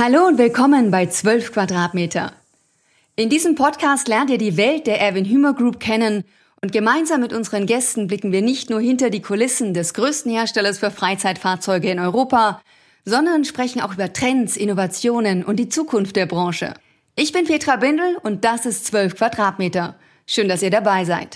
Hallo und willkommen bei 12 Quadratmeter. In diesem Podcast lernt ihr die Welt der Erwin Hymer Group kennen und gemeinsam mit unseren Gästen blicken wir nicht nur hinter die Kulissen des größten Herstellers für Freizeitfahrzeuge in Europa, sondern sprechen auch über Trends, Innovationen und die Zukunft der Branche. Ich bin Petra Bindel und das ist 12 Quadratmeter. Schön, dass ihr dabei seid.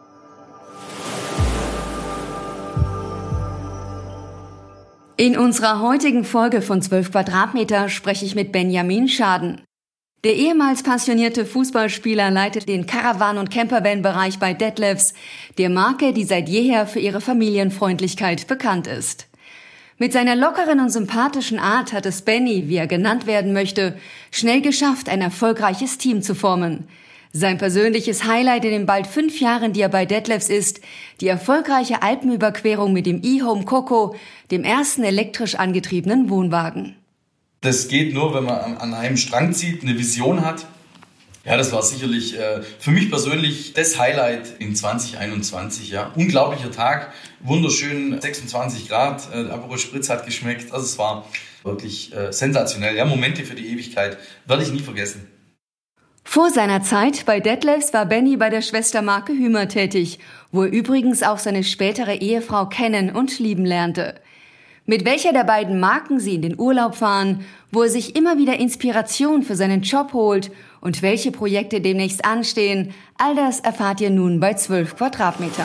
In unserer heutigen Folge von 12 Quadratmeter spreche ich mit Benjamin Schaden. Der ehemals passionierte Fußballspieler leitet den Caravan- und Campervan-Bereich bei Detlefs, der Marke, die seit jeher für ihre Familienfreundlichkeit bekannt ist. Mit seiner lockeren und sympathischen Art hat es Benny, wie er genannt werden möchte, schnell geschafft, ein erfolgreiches Team zu formen. Sein persönliches Highlight in den bald 5 Jahren, die er bei Detlefs ist, die erfolgreiche Alpenüberquerung mit dem eHome Coco, dem ersten elektrisch angetriebenen Wohnwagen. Das geht nur, wenn man an einem Strang zieht, eine Vision hat. Ja, das war sicherlich für mich persönlich das Highlight in 2021. Ja. Unglaublicher Tag, wunderschön, 26 Grad, der Aperol Spritz hat geschmeckt. Also es war wirklich sensationell. Ja, Momente für die Ewigkeit, werde ich nie vergessen. Vor seiner Zeit bei Detlefs war Benny bei der Schwestermarke Hymer tätig, wo er übrigens auch seine spätere Ehefrau kennen und lieben lernte. Mit welcher der beiden Marken sie in den Urlaub fahren, wo er sich immer wieder Inspiration für seinen Job holt und welche Projekte demnächst anstehen, all das erfahrt ihr nun bei 12 Quadratmeter.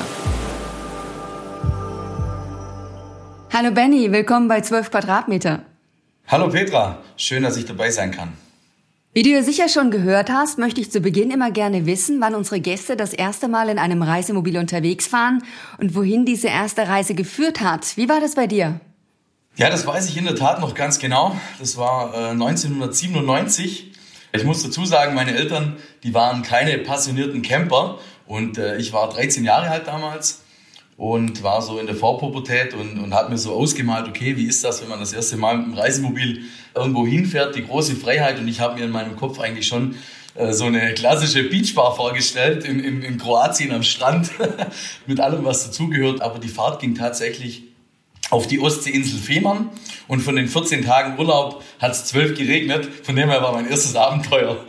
Hallo Benny, willkommen bei 12 Quadratmeter. Hallo Petra, schön, dass ich dabei sein kann. Wie du ja sicher schon gehört hast, möchte ich zu Beginn immer gerne wissen, wann unsere Gäste das erste Mal in einem Reisemobil unterwegs waren und wohin diese erste Reise geführt hat. Wie war das bei dir? Ja, das weiß ich in der Tat noch ganz genau. Das war 1997. Ich muss dazu sagen, meine Eltern, die waren keine passionierten Camper und ich war 13 Jahre alt damals und war so in der Vorpubertät und hat mir so ausgemalt, okay, wie ist das, wenn man das erste Mal mit dem Reisemobil irgendwo hinfährt, die große Freiheit. Und ich habe mir in meinem Kopf eigentlich schon so eine klassische Beachbar vorgestellt in Kroatien am Strand mit allem, was dazugehört. Aber die Fahrt ging tatsächlich auf die Ostseeinsel Fehmarn und von den 14 Tagen Urlaub hat es 12 geregnet. Von dem her war mein erstes Abenteuer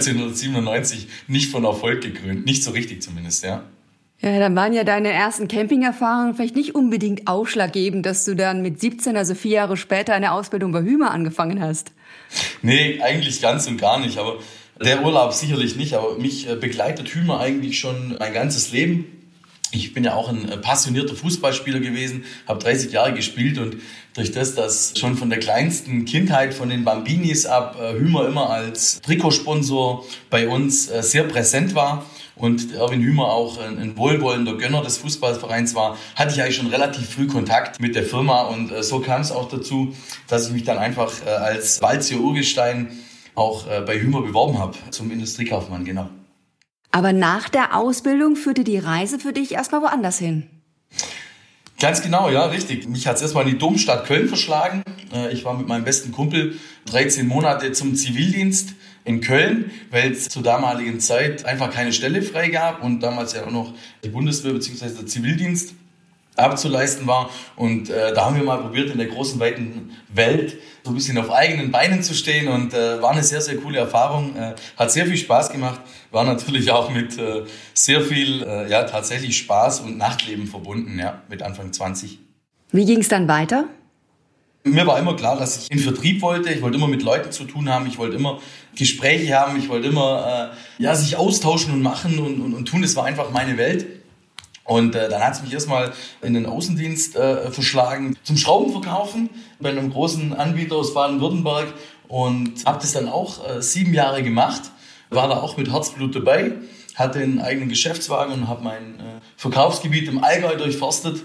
1997 nicht von Erfolg gekrönt. Nicht so richtig zumindest, ja. Ja, dann waren ja deine ersten Campingerfahrungen vielleicht nicht unbedingt ausschlaggebend, dass du dann mit 17, also 4 Jahre später, eine Ausbildung bei Hymer angefangen hast. Nee, eigentlich ganz und gar nicht. Aber der Urlaub sicherlich nicht. Aber mich begleitet Hymer eigentlich schon mein ganzes Leben. Ich bin ja auch ein passionierter Fußballspieler gewesen, habe 30 Jahre gespielt und durch das, dass schon von der kleinsten Kindheit, von den Bambinis ab, Hymer immer als Trikotsponsor bei uns sehr präsent war und Erwin Hymer auch ein wohlwollender Gönner des Fußballvereins war, hatte ich eigentlich schon relativ früh Kontakt mit der Firma und so kam es auch dazu, dass ich mich dann einfach als Balzier Urgestein auch bei Hymer beworben habe, zum Industriekaufmann, genau. Aber nach der Ausbildung führte die Reise für dich erstmal woanders hin. Ganz genau, ja, richtig. Mich hat es erstmal in die Domstadt Köln verschlagen. Ich war mit meinem besten Kumpel 13 Monate zum Zivildienst in Köln, weil es zur damaligen Zeit einfach keine Stelle frei gab und damals ja auch noch die Bundeswehr bzw. der Zivildienst abzuleisten war. Und da haben wir mal probiert, in der großen, weiten Welt so ein bisschen auf eigenen Beinen zu stehen und war eine sehr, sehr coole Erfahrung. Hat sehr viel Spaß gemacht, war natürlich auch mit sehr viel tatsächlich Spaß und Nachtleben verbunden, ja, mit Anfang 20. Wie ging es dann weiter? Mir war immer klar, dass ich in Vertrieb wollte. Ich wollte immer mit Leuten zu tun haben. Ich wollte immer Gespräche haben. Ich wollte immer sich austauschen und machen und tun. Das war einfach meine Welt. Und dann hat es mich erstmal in den Außendienst verschlagen zum Schraubenverkaufen bei einem großen Anbieter aus Baden-Württemberg und habe das dann auch 7 Jahre gemacht, war da auch mit Herzblut dabei, hatte einen eigenen Geschäftswagen und habe mein Verkaufsgebiet im Allgäu durchforstet.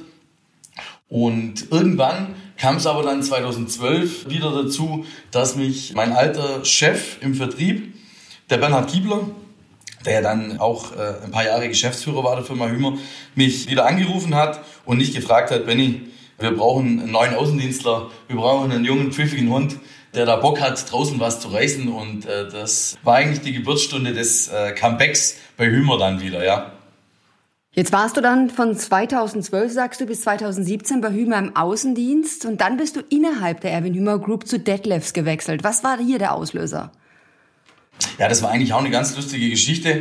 Und irgendwann kam es aber dann 2012 wieder dazu, dass mich mein alter Chef im Vertrieb, der Bernhard Kiebler, der ja dann auch ein paar Jahre Geschäftsführer war der Firma Hymer, mich wieder angerufen hat und nicht gefragt hat, Benny, wir brauchen einen neuen Außendienstler, wir brauchen einen jungen, pfiffigen Hund, der da Bock hat, draußen was zu reißen. Und das war eigentlich die Geburtsstunde des Comebacks bei Hymer dann wieder, ja. Jetzt warst du dann von 2012, sagst du, bis 2017 bei Hümer im Außendienst und dann bist du innerhalb der Erwin Hümer Group zu Detlefs gewechselt. Was war hier der Auslöser? Ja, das war eigentlich auch eine ganz lustige Geschichte.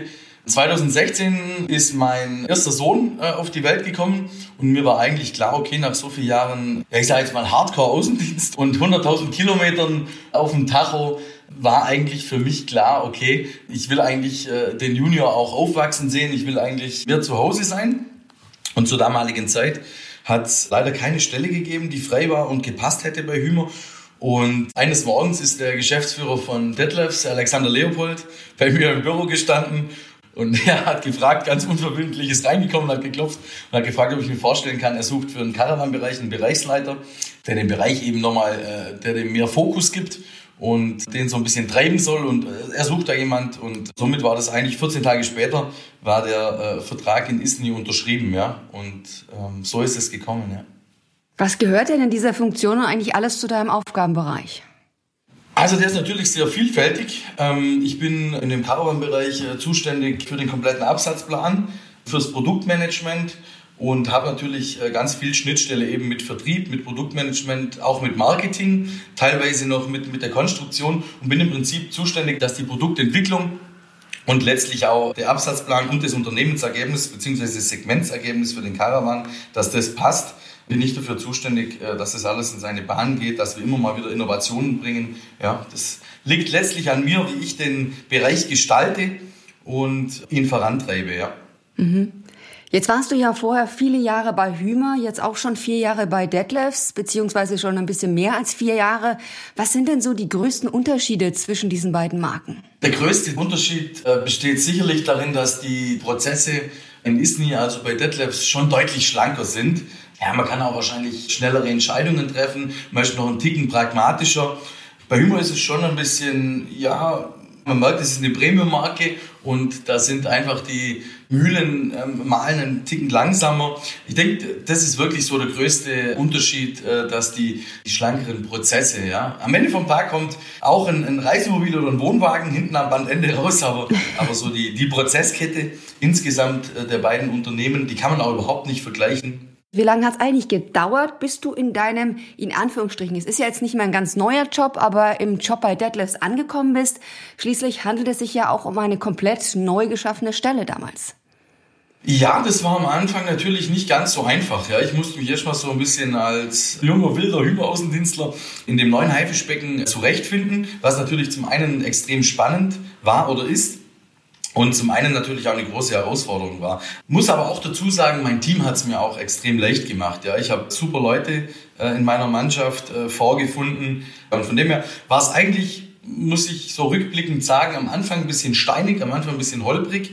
2016 ist mein erster Sohn auf die Welt gekommen und mir war eigentlich klar, okay, nach so vielen Jahren, ja, ich sage jetzt mal Hardcore-Außendienst und 100.000 Kilometern auf dem Tacho, war eigentlich für mich klar, okay, ich will eigentlich den Junior auch aufwachsen sehen, ich will eigentlich mehr zu Hause sein. Und zur damaligen Zeit hat es leider keine Stelle gegeben, die frei war und gepasst hätte bei Hümer. Und eines Morgens ist der Geschäftsführer von Detlefs, Alexander Leopold, bei mir im Büro gestanden und er hat gefragt, ganz unverbindlich, ist reingekommen, hat geklopft und hat gefragt, ob ich mir vorstellen kann, er sucht für den Caravan-Bereich einen Bereichsleiter, der den Bereich eben nochmal, der dem mehr Fokus gibt und den so ein bisschen treiben soll und er sucht da jemand und somit war das eigentlich 14 Tage später, war der Vertrag in Isny unterschrieben, ja, und so ist es gekommen, ja. Was gehört denn in dieser Funktion eigentlich alles zu deinem Aufgabenbereich? Also der ist natürlich sehr vielfältig. Ich bin in dem Caravan-Bereich zuständig für den kompletten Absatzplan, fürs Produktmanagement und habe natürlich ganz viel Schnittstelle eben mit Vertrieb, mit Produktmanagement, auch mit Marketing, teilweise noch mit der Konstruktion und bin im Prinzip zuständig, dass die Produktentwicklung und letztlich auch der Absatzplan und das Unternehmensergebnis bzw. das Segmentsergebnis für den Caravan, dass das passt. Bin ich dafür zuständig, dass das alles in seine Bahn geht, dass wir immer mal wieder Innovationen bringen. Ja, das liegt letztlich an mir, wie ich den Bereich gestalte und ihn vorantreibe. Ja. Mhm. Jetzt warst du ja vorher viele Jahre bei Hümer, jetzt auch schon 4 Jahre bei Detlefs, beziehungsweise schon ein bisschen mehr als 4 Jahre. Was sind denn so die größten Unterschiede zwischen diesen beiden Marken? Der größte Unterschied besteht sicherlich darin, dass die Prozesse in Isny, also bei Detlefs, schon deutlich schlanker sind. Ja, man kann auch wahrscheinlich schnellere Entscheidungen treffen, manchmal noch einen Ticken pragmatischer. Bei Hümer ist es schon ein bisschen, ja, man merkt, es ist eine Premium-Marke und da sind einfach die Mühlen mahlen einen Ticken langsamer. Ich denke, das ist wirklich so der größte Unterschied, dass die schlankeren Prozesse, ja. Am Ende vom Tag kommt auch ein Reisemobil oder ein Wohnwagen hinten am Bandende raus, aber so die Prozesskette insgesamt der beiden Unternehmen, die kann man auch überhaupt nicht vergleichen. Wie lange hat es eigentlich gedauert, bis du in deinem, in Anführungsstrichen, es ist ja jetzt nicht mehr ein ganz neuer Job, aber im Job bei Detlefs angekommen bist? Schließlich handelt es sich ja auch um eine komplett neu geschaffene Stelle damals. Ja, das war am Anfang natürlich nicht ganz so einfach. Ja, ich musste mich erstmal so ein bisschen als junger, wilder Hümer-Außendienstler in dem neuen Haifischbecken zurechtfinden, was natürlich zum einen extrem spannend war oder ist. Und zum einen natürlich auch eine große Herausforderung war. Muss aber auch dazu sagen, mein Team hat es mir auch extrem leicht gemacht. Ja, ich habe super Leute in meiner Mannschaft vorgefunden. Und von dem her war es eigentlich, muss ich so rückblickend sagen, am Anfang ein bisschen steinig, am Anfang ein bisschen holprig.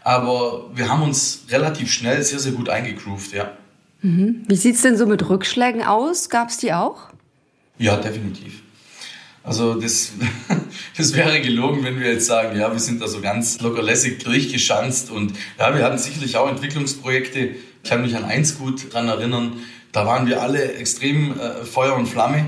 Aber wir haben uns relativ schnell sehr, sehr gut eingegroovt, ja. Mhm. Wie sieht's denn so mit Rückschlägen aus? Gab's die auch? Ja, definitiv. Also das wäre gelogen, wenn wir jetzt sagen, ja, wir sind da so ganz lockerlässig durchgeschanzt und ja, wir hatten sicherlich auch Entwicklungsprojekte. Ich kann mich an eins gut dran erinnern, da waren wir alle extrem Feuer und Flamme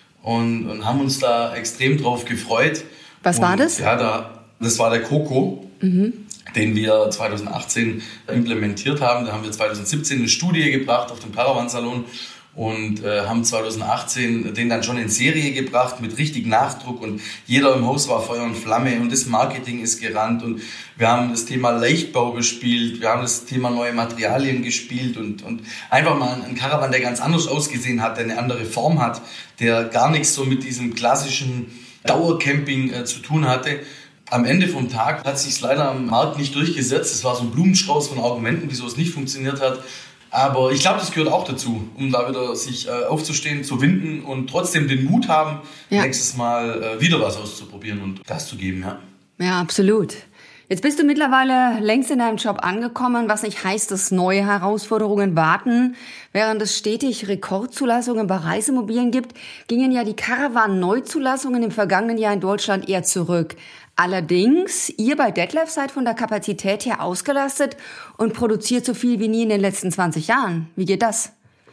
und haben uns da extrem drauf gefreut. Was war das? Ja, das war der Coco, den wir 2018 implementiert haben. Da haben wir 2017 eine Studie gebracht auf dem Caravan-Salon. Und haben 2018 den dann schon in Serie gebracht mit richtig Nachdruck und jeder im Haus war Feuer und Flamme und das Marketing ist gerannt und wir haben das Thema Leichtbau bespielt, wir haben das Thema neue Materialien gespielt und einfach mal einen Caravan, der ganz anders ausgesehen hat, der eine andere Form hat, der gar nichts so mit diesem klassischen Dauercamping zu tun hatte. Am Ende vom Tag hat sich es leider am Markt nicht durchgesetzt. Es war so ein Blumenstrauß von Argumenten, wieso es nicht funktioniert hat. Aber ich glaube, das gehört auch dazu, um da wieder sich aufzustehen, zu winden und trotzdem den Mut haben, nächstes Mal wieder was auszuprobieren und Gas zu geben. Ja. Ja, absolut. Jetzt bist du mittlerweile längst in deinem Job angekommen, was nicht heißt, dass neue Herausforderungen warten. Während es stetig Rekordzulassungen bei Reisemobilen gibt, gingen ja die Caravan-Neuzulassungen im vergangenen Jahr in Deutschland eher zurück. Allerdings, ihr bei Detlefs seid von der Kapazität her ausgelastet und produziert so viel wie nie in den letzten 20 Jahren. Wie geht das?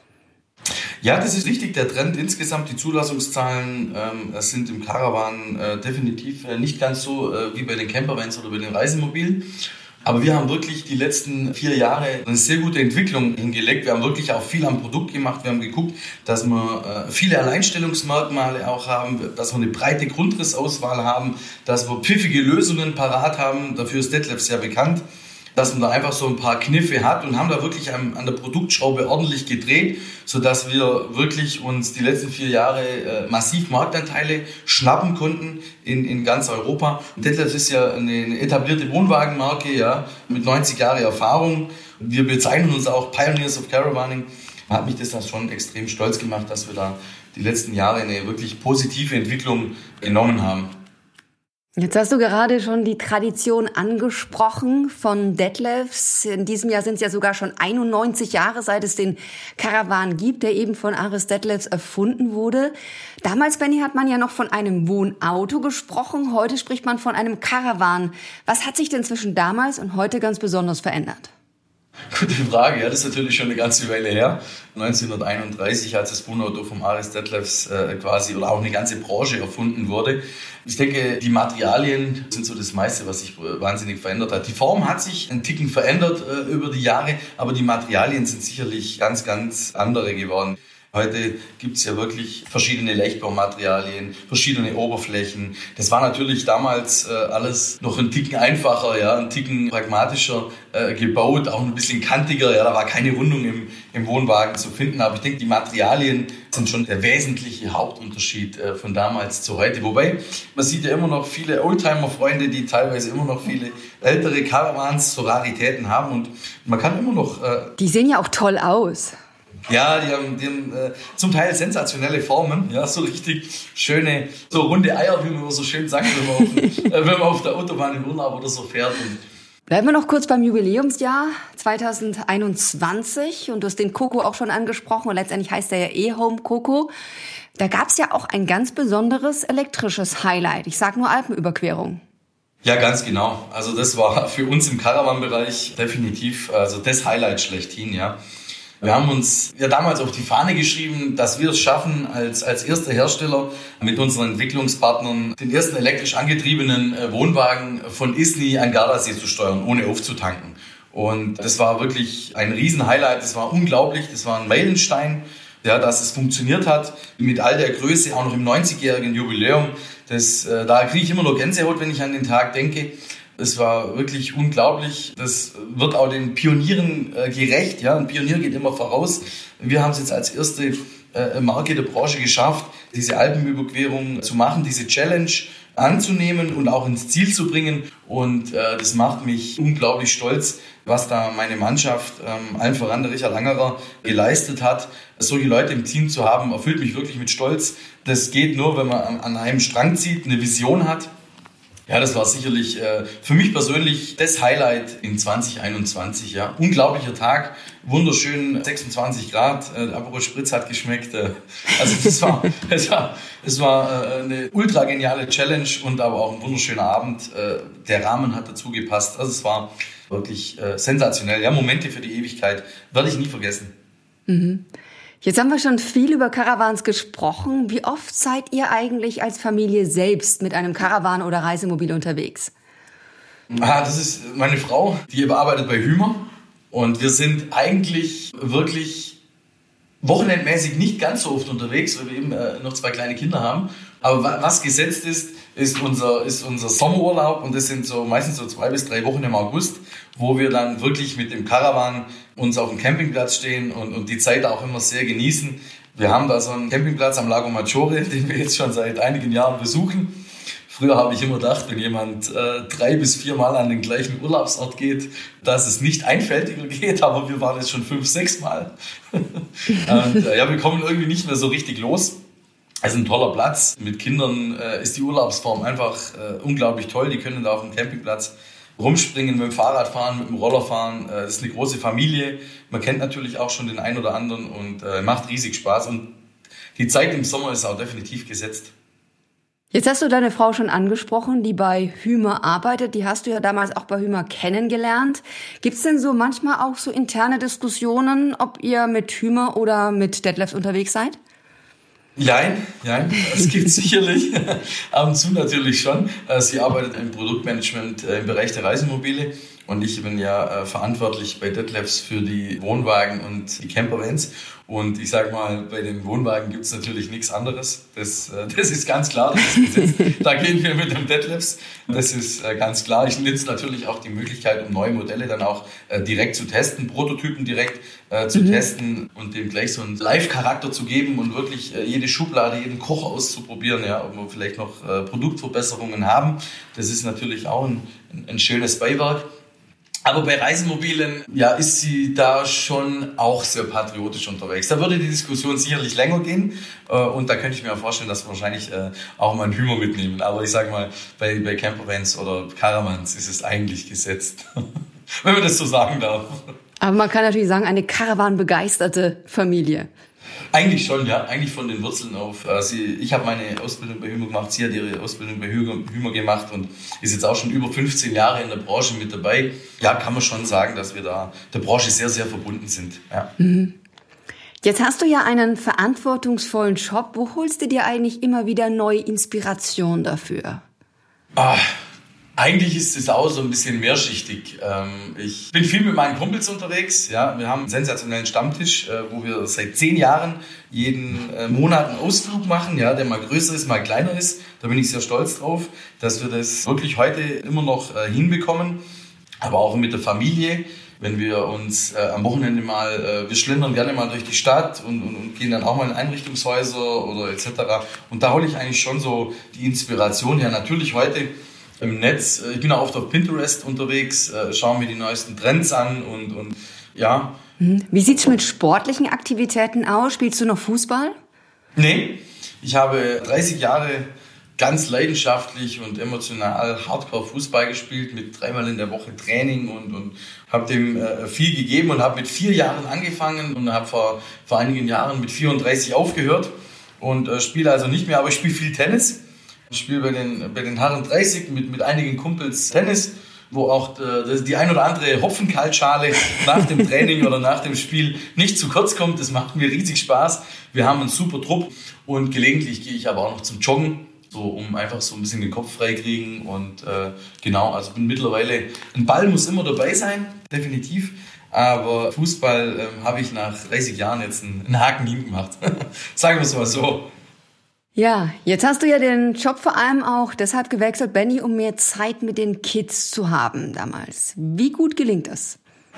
Ja, das ist richtig, der Trend insgesamt. Die Zulassungszahlen sind im Caravan definitiv nicht ganz so wie bei den Campervans oder bei den Reisemobilen. Aber wir haben wirklich die letzten 4 Jahre eine sehr gute Entwicklung hingelegt. Wir haben wirklich auch viel am Produkt gemacht. Wir haben geguckt, dass wir viele Alleinstellungsmerkmale auch haben, dass wir eine breite Grundrissauswahl haben, dass wir pfiffige Lösungen parat haben. Dafür ist Detlef sehr bekannt, dass man da einfach so ein paar Kniffe hat und haben da wirklich an der Produktschraube ordentlich gedreht, sodass wir wirklich uns die letzten 4 Jahre massiv Marktanteile schnappen konnten in ganz Europa. Detlef ist ja eine etablierte Wohnwagenmarke, ja, mit 90 Jahren Erfahrung. Wir bezeichnen uns auch Pioneers of Caravaning. Hat mich das schon extrem stolz gemacht, dass wir da die letzten Jahre eine wirklich positive Entwicklung genommen haben. Jetzt hast du gerade schon die Tradition angesprochen von Detlefs. In diesem Jahr sind es ja sogar schon 91 Jahre, seit es den Caravan gibt, der eben von Aris Detlefs erfunden wurde. Damals, Benny, hat man ja noch von einem Wohnauto gesprochen. Heute spricht man von einem Caravan. Was hat sich denn zwischen damals und heute ganz besonders verändert? Gute Frage, ja, das ist natürlich schon eine ganze Weile her. 1931, als das Wohnauto vom Aris Detlefs quasi oder auch eine ganze Branche erfunden wurde. Ich denke, die Materialien sind so das meiste, was sich wahnsinnig verändert hat. Die Form hat sich einen Ticken verändert über die Jahre, aber die Materialien sind sicherlich ganz, ganz andere geworden. Heute gibt's ja wirklich verschiedene Leichtbaumaterialien, verschiedene Oberflächen. Das war natürlich damals alles noch ein Ticken einfacher, ja, ein Ticken pragmatischer gebaut, auch ein bisschen kantiger. Ja, da war keine Rundung im Wohnwagen zu finden. Aber ich denke, die Materialien sind schon der wesentliche Hauptunterschied von damals zu heute. Wobei, man sieht ja immer noch viele Oldtimer-Freunde, die teilweise immer noch viele ältere Caravans, so Raritäten haben. Und man kann immer noch... Die sehen ja auch toll aus. Ja, die haben zum Teil sensationelle Formen, ja, so richtig schöne, so runde Eier, wie man so schön sagt, wenn man auf der Autobahn im Urlaub oder so fährt. Bleiben wir noch kurz beim Jubiläumsjahr 2021 und du hast den Coco auch schon angesprochen und letztendlich heißt er ja E-Home Coco. Da gab es ja auch ein ganz besonderes elektrisches Highlight. Ich sage nur Alpenüberquerung. Ja, ganz genau. Also das war für uns im Caravan-Bereich definitiv also das Highlight schlechthin, ja. Wir haben uns ja damals auf die Fahne geschrieben, dass wir es schaffen, als erster Hersteller mit unseren Entwicklungspartnern den ersten elektrisch angetriebenen Wohnwagen von Isny an Gardasee zu steuern, ohne aufzutanken. Und das war wirklich ein Riesenhighlight, das war unglaublich, das war ein Meilenstein, ja, dass es funktioniert hat, mit all der Größe, auch noch im 90-jährigen Jubiläum. Da kriege ich immer noch Gänsehaut, wenn ich an den Tag denke. Es war wirklich unglaublich. Das wird auch den Pionieren gerecht. Ja, ein Pionier geht immer voraus. Wir haben es jetzt als erste Marke der Branche geschafft, diese Alpenüberquerung zu machen, diese Challenge anzunehmen und auch ins Ziel zu bringen. Und das macht mich unglaublich stolz, was da meine Mannschaft, allen voran der Richard Angerer, geleistet hat. Solche Leute im Team zu haben, erfüllt mich wirklich mit Stolz. Das geht nur, wenn man an einem Strang zieht, eine Vision hat. Ja, das war sicherlich für mich persönlich das Highlight in 2021. Ja. Unglaublicher Tag, wunderschön, 26 Grad, der Aperol Spritz hat geschmeckt. Also es war eine ultra geniale Challenge und aber auch ein wunderschöner Abend. Der Rahmen hat dazu gepasst. Also es war wirklich sensationell. Ja, Momente für die Ewigkeit werde ich nie vergessen. Mhm. Jetzt haben wir schon viel über Caravans gesprochen. Wie oft seid ihr eigentlich als Familie selbst mit einem Caravan oder Reisemobil unterwegs? Das ist meine Frau, die arbeitet bei Hümer. Und wir sind eigentlich wirklich wochenendmäßig nicht ganz so oft unterwegs, weil wir eben noch 2 kleine Kinder haben. Aber was gesetzt ist unser Sommerurlaub und das sind so meistens so 2 bis 3 Wochen im August, wo wir dann wirklich mit dem Caravan uns auf dem Campingplatz stehen und die Zeit auch immer sehr genießen. Wir haben da so einen Campingplatz am Lago Maggiore, den wir jetzt schon seit einigen Jahren besuchen. Früher habe ich immer gedacht, wenn jemand 3 bis 4 Mal an den gleichen Urlaubsort geht, dass es nicht einfältiger geht, aber wir waren jetzt schon 5, 6 Mal. Und, wir kommen irgendwie nicht mehr so richtig los. Es ist ein toller Platz. Mit Kindern ist die Urlaubsform einfach unglaublich toll. Die können da auf dem Campingplatz rumspringen, mit dem Fahrrad fahren, mit dem Roller fahren. Das ist eine große Familie. Man kennt natürlich auch schon den einen oder anderen und macht riesig Spaß. Und die Zeit im Sommer ist auch definitiv gesetzt. Jetzt hast du deine Frau schon angesprochen, die bei Hümer arbeitet. Die hast du ja damals auch bei Hümer kennengelernt. Gibt's denn so manchmal auch so interne Diskussionen, ob ihr mit Hümer oder mit Detlefs unterwegs seid? Nein, es gibt sicherlich ab und zu natürlich schon. Sie arbeitet im Produktmanagement im Bereich der Reisemobile und ich bin ja verantwortlich bei Detlefs für die Wohnwagen und die Campervans. Und ich sage mal, bei den Wohnwagen gibt es natürlich nichts anderes. Das ist ganz klar. Da gehen wir mit dem Detlefs. Das ist ganz klar. Ich nutze natürlich auch die Möglichkeit, um neue Modelle dann auch direkt zu testen, Prototypen direkt zu testen und dem gleich so einen Live-Charakter zu geben und wirklich jede Schublade, jeden Kocher auszuprobieren, ja, ob wir vielleicht noch Produktverbesserungen haben. Das ist natürlich auch ein schönes Beiwerk. Aber bei Reisemobilen, ja, ist sie da schon auch sehr patriotisch unterwegs. Da würde die Diskussion sicherlich länger gehen und da könnte ich mir auch vorstellen, dass wir wahrscheinlich auch mal einen Humor mitnehmen. Aber ich sage mal, bei Campervans oder Caravans ist es eigentlich gesetzt, wenn man das so sagen darf. Aber man kann natürlich sagen, eine Caravan-begeisterte Familie. Eigentlich schon, ja. Eigentlich von den Wurzeln auf. Ich habe meine Ausbildung bei Hymer gemacht, sie hat ihre Ausbildung bei Hymer gemacht und ist jetzt auch schon über 15 Jahre in der Branche mit dabei. Ja, kann man schon sagen, dass wir da der Branche sehr, sehr verbunden sind. Ja. Jetzt hast du ja einen verantwortungsvollen Job. Wo holst du dir eigentlich immer wieder neue Inspiration dafür? Eigentlich ist es auch so ein bisschen mehrschichtig. Ich bin viel mit meinen Kumpels unterwegs. Ja, wir haben einen sensationellen Stammtisch, wo wir seit 10 Jahren jeden Monat einen Ausflug machen, ja, der mal größer ist, mal kleiner ist. Da bin ich sehr stolz drauf, dass wir das wirklich heute immer noch hinbekommen. Aber auch mit der Familie. Wenn wir uns am Wochenende mal, wir schlendern gerne mal durch die Stadt und gehen dann auch mal in Einrichtungshäuser oder etc. Und da hole ich eigentlich schon so die Inspiration. Ja, natürlich heute im Netz. Ich bin auch oft auf Pinterest unterwegs, schaue mir die neuesten Trends an und ja. Wie sieht's mit sportlichen Aktivitäten aus? Spielst du noch Fußball? Nee, ich habe 30 Jahre ganz leidenschaftlich und emotional Hardcore-Fußball gespielt, mit 3-mal in der Woche Training und habe dem viel gegeben und habe mit 4 Jahren angefangen und habe vor einigen Jahren mit 34 aufgehört und spiele also nicht mehr, aber ich spiele viel Tennis. Ich spiele bei den Herren 30 mit einigen Kumpels Tennis, wo auch die ein oder andere Hopfenkaltschale nach dem Training oder nach dem Spiel nicht zu kurz kommt. Das macht mir riesig Spaß. Wir haben einen super Trupp und gelegentlich gehe ich aber auch noch zum Joggen, so um einfach so ein bisschen den Kopf frei kriegen. Und genau, also bin mittlerweile, ein Ball muss immer dabei sein, definitiv. Aber Fußball habe ich nach 30 Jahren jetzt einen Haken hingemacht. Sagen wir es mal so. Ja, jetzt hast du ja den Job vor allem auch deshalb gewechselt, Benny, um mehr Zeit mit den Kids zu haben damals. Wie gut gelingt das?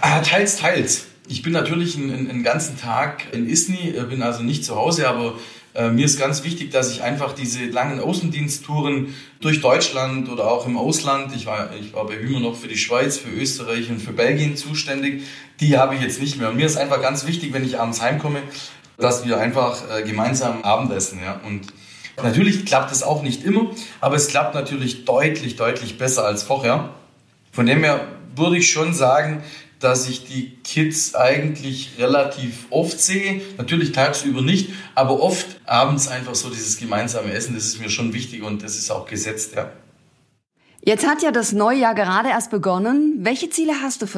Teils. Ich bin natürlich einen ganzen Tag in Isny, bin also nicht zu Hause, aber mir ist ganz wichtig, dass ich einfach diese langen Außendiensttouren durch Deutschland oder auch im Ausland, ich war bei Hymer noch für die Schweiz, für Österreich und für Belgien zuständig, die habe ich jetzt nicht mehr. Und mir ist einfach ganz wichtig, wenn ich abends heimkomme, dass wir einfach gemeinsam Abendessen, ja. Und natürlich klappt es auch nicht immer, aber es klappt natürlich deutlich besser als vorher. Von dem her würde ich schon sagen, dass ich die Kids eigentlich relativ oft sehe. Natürlich tagsüber nicht, aber oft abends einfach so dieses gemeinsame Essen, das ist mir schon wichtig und das ist auch gesetzt, ja. Jetzt hat ja das neue Jahr gerade erst begonnen. Welche Ziele hast du für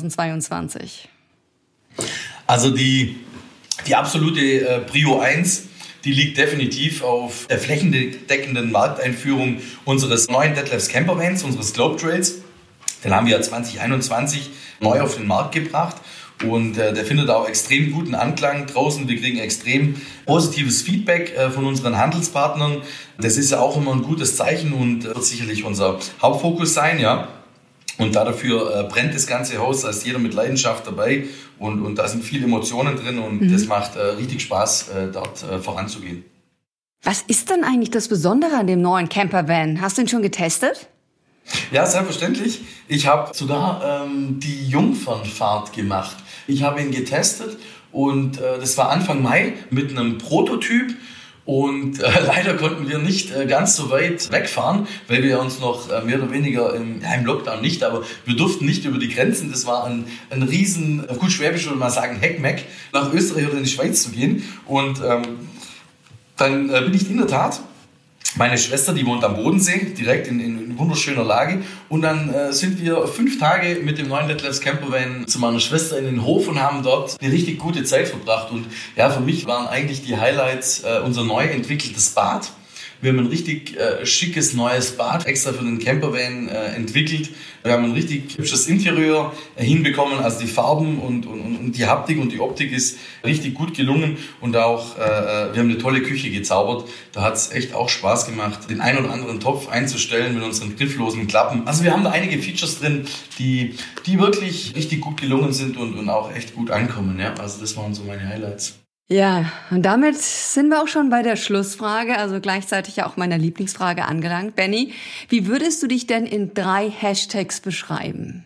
2022? Also die absolute Prio 1, die liegt definitiv auf der flächendeckenden Markteinführung unseres neuen Detlefs Campervans, unseres Globetrails. Den haben wir ja 2021 neu auf den Markt gebracht und der findet auch extrem guten Anklang draußen. Wir kriegen extrem positives Feedback von unseren Handelspartnern. Das ist ja auch immer ein gutes Zeichen und wird sicherlich unser Hauptfokus sein, ja. Und dafür brennt das ganze Haus, da ist jeder mit Leidenschaft dabei und da sind viele Emotionen drin und das macht richtig Spaß, dort voranzugehen. Was ist denn eigentlich das Besondere an dem neuen Campervan? Hast du ihn schon getestet? Ja, selbstverständlich. Ich habe sogar die Jungfernfahrt gemacht. Ich habe ihn getestet und das war Anfang Mai mit einem Prototyp. Und leider konnten wir nicht ganz so weit wegfahren, weil wir uns noch mehr oder weniger im Lockdown nicht, aber wir durften nicht über die Grenzen. Das war ein riesen, gut schwäbisch würde man sagen, Heckmeck, nach Österreich oder in die Schweiz zu gehen. Und dann bin ich in der Tat meine Schwester, die wohnt am Bodensee, direkt in wunderschöner Lage. Und dann sind wir 5 Tage mit dem neuen Detlefs Campervan zu meiner Schwester in den Hof und haben dort eine richtig gute Zeit verbracht. Und ja, für mich waren eigentlich die Highlights unser neu entwickeltes Bad. Wir haben ein richtig schickes neues Bad extra für den Campervan entwickelt. Wir haben ein richtig hübsches Interieur hinbekommen, also die Farben und die Haptik und die Optik ist richtig gut gelungen und auch wir haben eine tolle Küche gezaubert. Da hat es echt auch Spaß gemacht, den einen oder anderen Topf einzustellen mit unseren grifflosen Klappen. Also wir haben da einige Features drin, die wirklich richtig gut gelungen sind und auch echt gut ankommen. Ja? Also das waren so meine Highlights. Ja, und damit sind wir auch schon bei der Schlussfrage, also gleichzeitig auch meiner Lieblingsfrage angelangt. Benny, wie würdest du dich denn in 3 Hashtags beschreiben?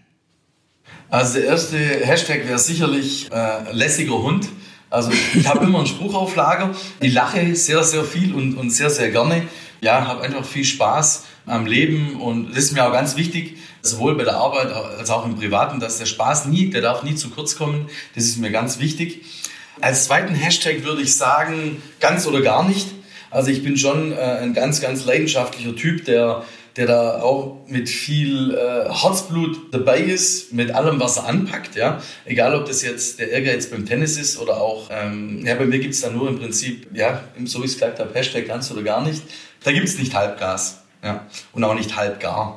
Also der erste Hashtag wäre sicherlich lässiger Hund. Also ich habe immer einen Spruch auf Lager. Ich lache sehr, sehr viel und sehr, sehr gerne. Ja, habe einfach viel Spaß am Leben und das ist mir auch ganz wichtig, sowohl bei der Arbeit als auch im Privaten, dass der Spaß der darf nie zu kurz kommen. Das ist mir ganz wichtig. Als zweiten Hashtag würde ich sagen, ganz oder gar nicht. Also ich bin schon ein ganz, ganz leidenschaftlicher Typ, der da auch mit viel Herzblut dabei ist, mit allem, was er anpackt. Ja? Egal, ob das jetzt der Ehrgeiz beim Tennis ist oder auch, bei mir gibt es da nur im Prinzip, ja, so wie ich es gesagt habe, Hashtag ganz oder gar nicht. Da gibt es nicht Halbgas, ja? Und auch nicht halbgar.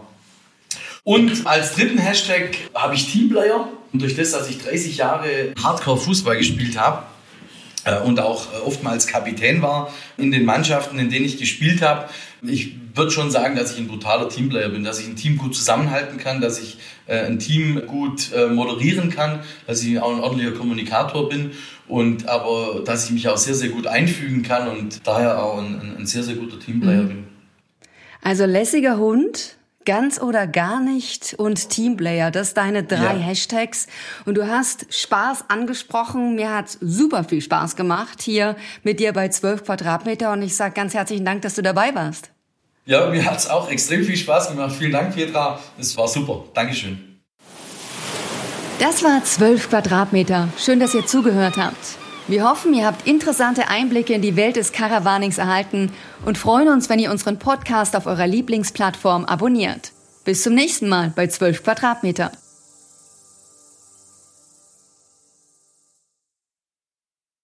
Und als dritten Hashtag habe ich Teamplayer. Und durch das, dass ich 30 Jahre Hardcore-Fußball gespielt habe und auch oftmals Kapitän war in den Mannschaften, in denen ich gespielt habe, ich würde schon sagen, dass ich ein brutaler Teamplayer bin, dass ich ein Team gut zusammenhalten kann, dass ich ein Team gut moderieren kann, dass ich auch ein ordentlicher Kommunikator bin aber dass ich mich auch sehr, sehr gut einfügen kann und daher auch ein sehr, sehr guter Teamplayer bin. Also lässiger Hund, ganz oder gar nicht und Teamplayer, das sind deine 3 Hashtags. Und du hast Spaß angesprochen. Mir hat's super viel Spaß gemacht hier mit dir bei 12 Quadratmeter. Und ich sage ganz herzlichen Dank, dass du dabei warst. Ja, mir hat's auch extrem viel Spaß gemacht. Vielen Dank, Petra. Es war super. Dankeschön. Das war 12 Quadratmeter. Schön, dass ihr zugehört habt. Wir hoffen, ihr habt interessante Einblicke in die Welt des Caravanings erhalten und freuen uns, wenn ihr unseren Podcast auf eurer Lieblingsplattform abonniert. Bis zum nächsten Mal bei 12 Quadratmeter.